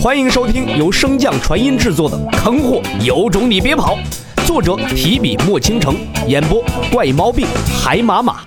欢迎收听由升降传音制作的《坑货有种你别跑》，作者提笔墨倾城，演播怪毛病海马马。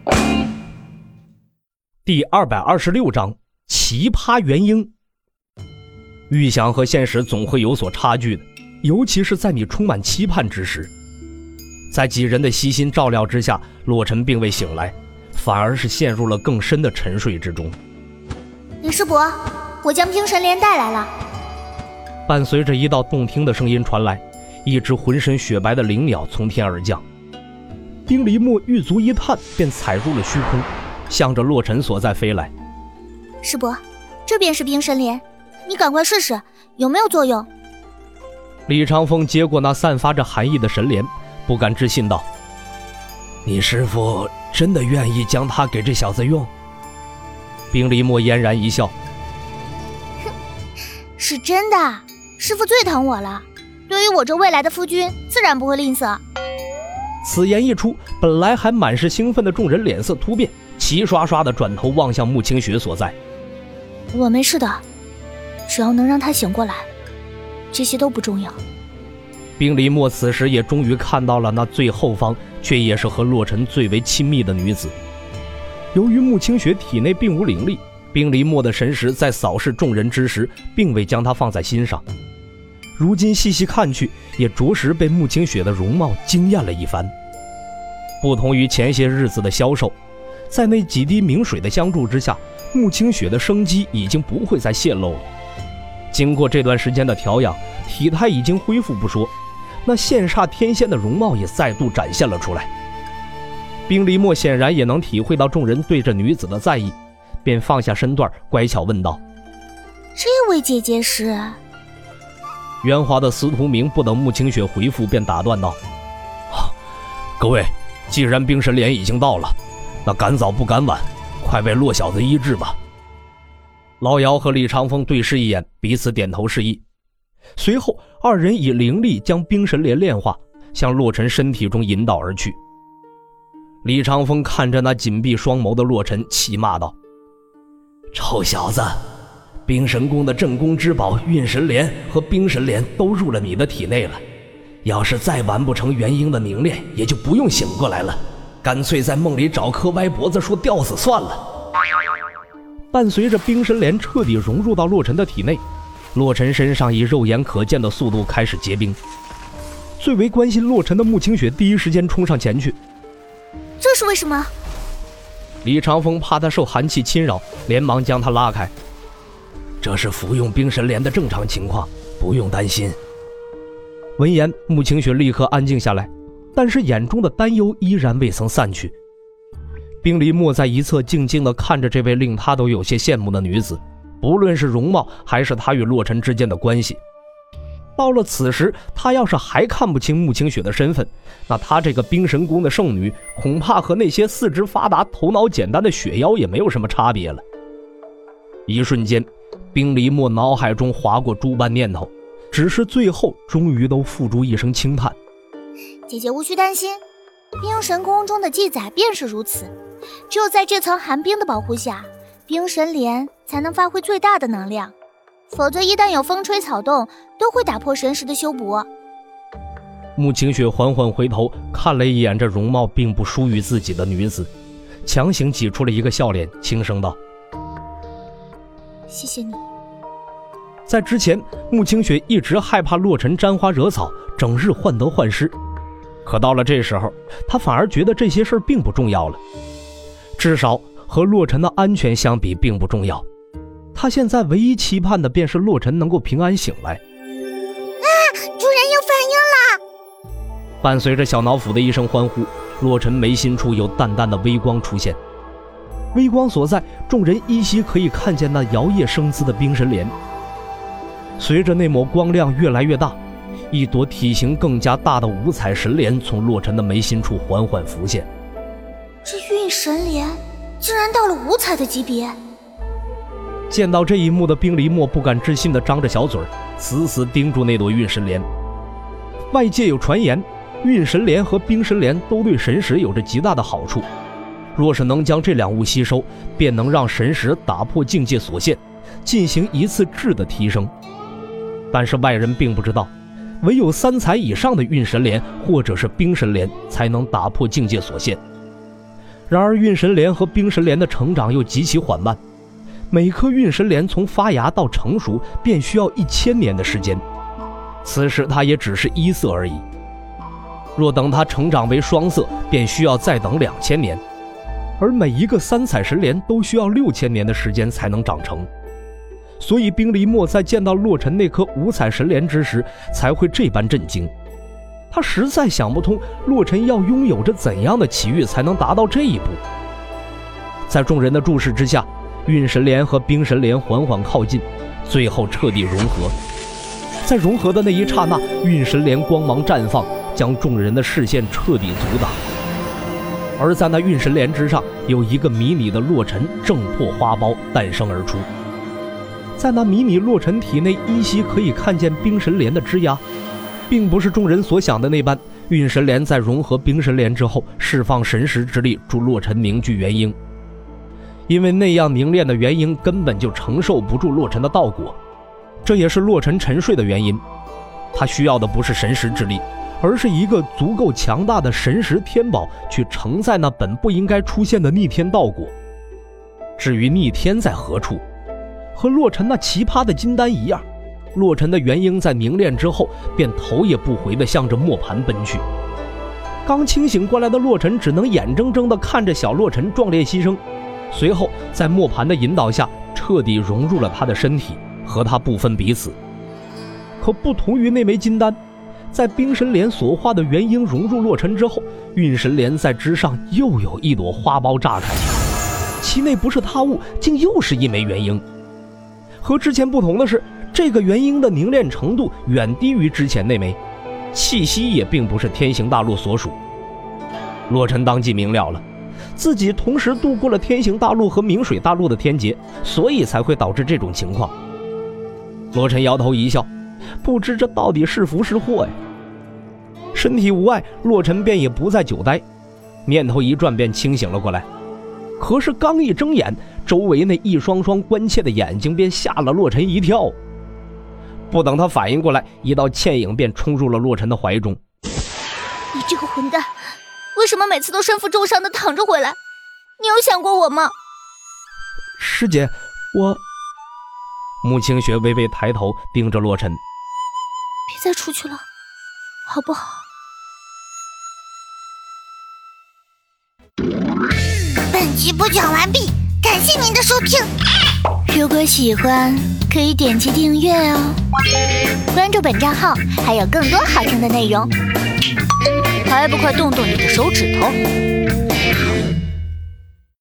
第226章奇葩原因。预想和现实总会有所差距的，尤其是在你充满期盼之时。在几人的悉心照料之下，洛尘并未醒来，反而是陷入了更深的沉睡之中。 李师伯，我将冰神莲带来了。 伴随着一道动听的声音传来，一只浑身雪白的灵鸟从天而降。冰离墨玉足一探，便踩入了虚空，向着洛尘所在飞来。 师伯，这便是冰神莲，你赶快试试有没有作用。 李长风接过那散发着寒意的神莲，不敢置信道：你师父真的愿意将它给这小子用？冰离墨嫣然一笑： 哼，是真的，师父最疼我了，对于我这未来的夫君自然不会吝啬。 此言一出，本来还满是兴奋的众人脸色突变，齐刷刷地转头望向穆清雪所在。 我没事的，只要能让他醒过来，这些都不重要。 冰离墨此时也终于看到了那最后方却也是和洛尘最为亲密的女子。由于穆清雪体内并无灵力，冰离墨的神识在扫视众人之时并未将她放在心上，如今细细看去，也着实被穆清雪的容貌惊艳了一番。不同于前些日子的消瘦，在那几滴明水的相助之下，穆清雪的生机已经不会再泄露了。经过这段时间的调养，体态已经恢复不说，那羡煞天仙的容貌也再度展现了出来。冰离墨显然也能体会到众人对这女子的在意，便放下身段，乖巧问道： 这位姐姐是？ 圆滑的司徒明不等穆清雪回复，便打断道：各位，既然冰神莲已经到了，那赶早不赶晚，快为洛小子医治吧。老姚和李长风对视一眼，彼此点头示意。随后二人以灵力将冰神莲炼化，向洛尘身体中引导而去。李长风看着那紧闭双眸的洛尘，气骂道：臭小子，冰神宫的镇宫之宝运神莲和冰神莲都入了你的体内了，要是再完不成元婴的凝练，也就不用醒过来了，干脆在梦里找棵歪脖子树吊死算了。伴随着冰神莲彻底融入到洛尘的体内，洛尘身上以肉眼可见的速度开始结冰。最为关心洛尘的穆清雪第一时间冲上前去。 这是为什么？ 李长风怕他受寒气侵扰，连忙将他拉开。这是服用冰神莲的正常情况，不用担心。闻言，穆清雪立刻安静下来，但是眼中的担忧依然未曾散去。冰离墨在一侧静静地看着这位令他都有些羡慕的女子，不论是容貌还是他与洛尘之间的关系。到了此时，他要是还看不清穆清雪的身份，那他这个冰神宫的圣女恐怕和那些四肢发达头脑简单的雪妖也没有什么差别了。一瞬间，冰离墨脑海中划过诸般念头，只是最后终于都付诸一声轻叹。 姐姐无需担心，冰神宫中的记载便是如此，只有在这层寒冰的保护下，冰神莲才能发挥最大的能量，否则一旦有风吹草动，都会打破神识的修补。 穆清雪缓缓回头看了一眼这容貌并不输于自己的女子，强行挤出了一个笑脸，轻声道： 谢谢你。 在之前，穆清雪一直害怕洛尘沾花惹草，整日患得患失，可到了这时候，她反而觉得这些事并不重要了，至少和洛尘的安全相比并不重要。他现在唯一期盼的便是洛尘能够平安醒来。 主人有反应了！ 伴随着小脑斧的一声欢呼，洛尘眉心处有淡淡的微光出现。微光所在，众人依稀可以看见那摇曳生姿的冰神莲。随着那抹光亮越来越大，一朵体型更加大的五彩神莲从洛尘的眉心处缓缓浮现。 这运神莲竟然到了五彩的级别！ 见到这一幕的冰离墨不敢置信地张着小嘴，死死盯住那朵运神莲。外界有传言，运神莲和冰神莲都对神识有着极大的好处，若是能将这两物吸收，便能让神识打破境界所限，进行一次质的提升。 但是外人并不知道，唯有3彩以上的运神莲或者是冰神莲才能打破境界所限。然而运神莲和冰神莲的成长又极其缓慢，每颗运神莲从发芽到成熟便需要1000年的时间，此时它也只是1色而已。若等它成长为双色，便需要再等2000年，而每一个3彩神莲都需要6000年的时间才能长成。所以冰离墨在见到洛尘那颗5彩神莲之时，才会这般震惊。他实在想不通，洛尘要拥有着怎样的奇遇才能达到这一步。在众人的注视之下，运神莲和冰神莲缓缓靠近，最后彻底融合。在融合的那一刹那，运神莲光芒绽放，将众人的视线彻底阻挡。而在那运神莲之上，有一个迷你的洛尘正破花苞诞生而出。在那迷你洛尘体内依稀可以看见冰神莲的枝芽，并不是众人所想的那般，运神莲在融合冰神莲之后释放神识之力助洛尘凝聚元婴，因为那样凝练的元婴根本就承受不住洛尘的道果，这也是洛尘沉睡的原因。他需要的不是神识之力，而是一个足够强大的神识天宝去承载那本不应该出现的逆天道果。至于逆天在何处，和洛尘那奇葩的金丹一样，洛尘的元婴在凝练之后便头也不回地向着磨盘奔去。刚清醒过来的洛尘只能眼睁睁地看着小洛尘壮烈牺牲，随后在磨盘的引导下彻底融入了他的身体，和他不分彼此。可不同于那枚金丹，在冰神莲所化的元婴融入洛尘之后，运神莲在之上又有一朵花苞炸开，其内不是他物，竟又是一枚元婴。和之前不同的是，这个元婴的凝练程度远低于之前那枚，气息也并不是天行大陆所属。洛尘当即明了了，自己同时度过了天行大陆和明水大陆的天劫，所以才会导致这种情况。洛尘摇头一笑，不知这到底是福是祸呀。身体无碍，洛尘便也不再久待，念头一转便清醒了过来。可是刚一睁眼，周围那一双双关切的眼睛便吓了洛尘一跳。不等他反应过来，一道倩影便冲入了洛尘的怀中。 你这个混蛋，为什么每次都身负重伤的躺着回来？你有想过我吗？ 师姐，我……穆清雪微微抬头盯着洛尘。 别再出去了，好不好？ 本集播讲完毕，感谢您的收听。 如果喜欢，可以点击订阅哦，关注本账号，还有更多好听的内容。还不快动动你的手指头！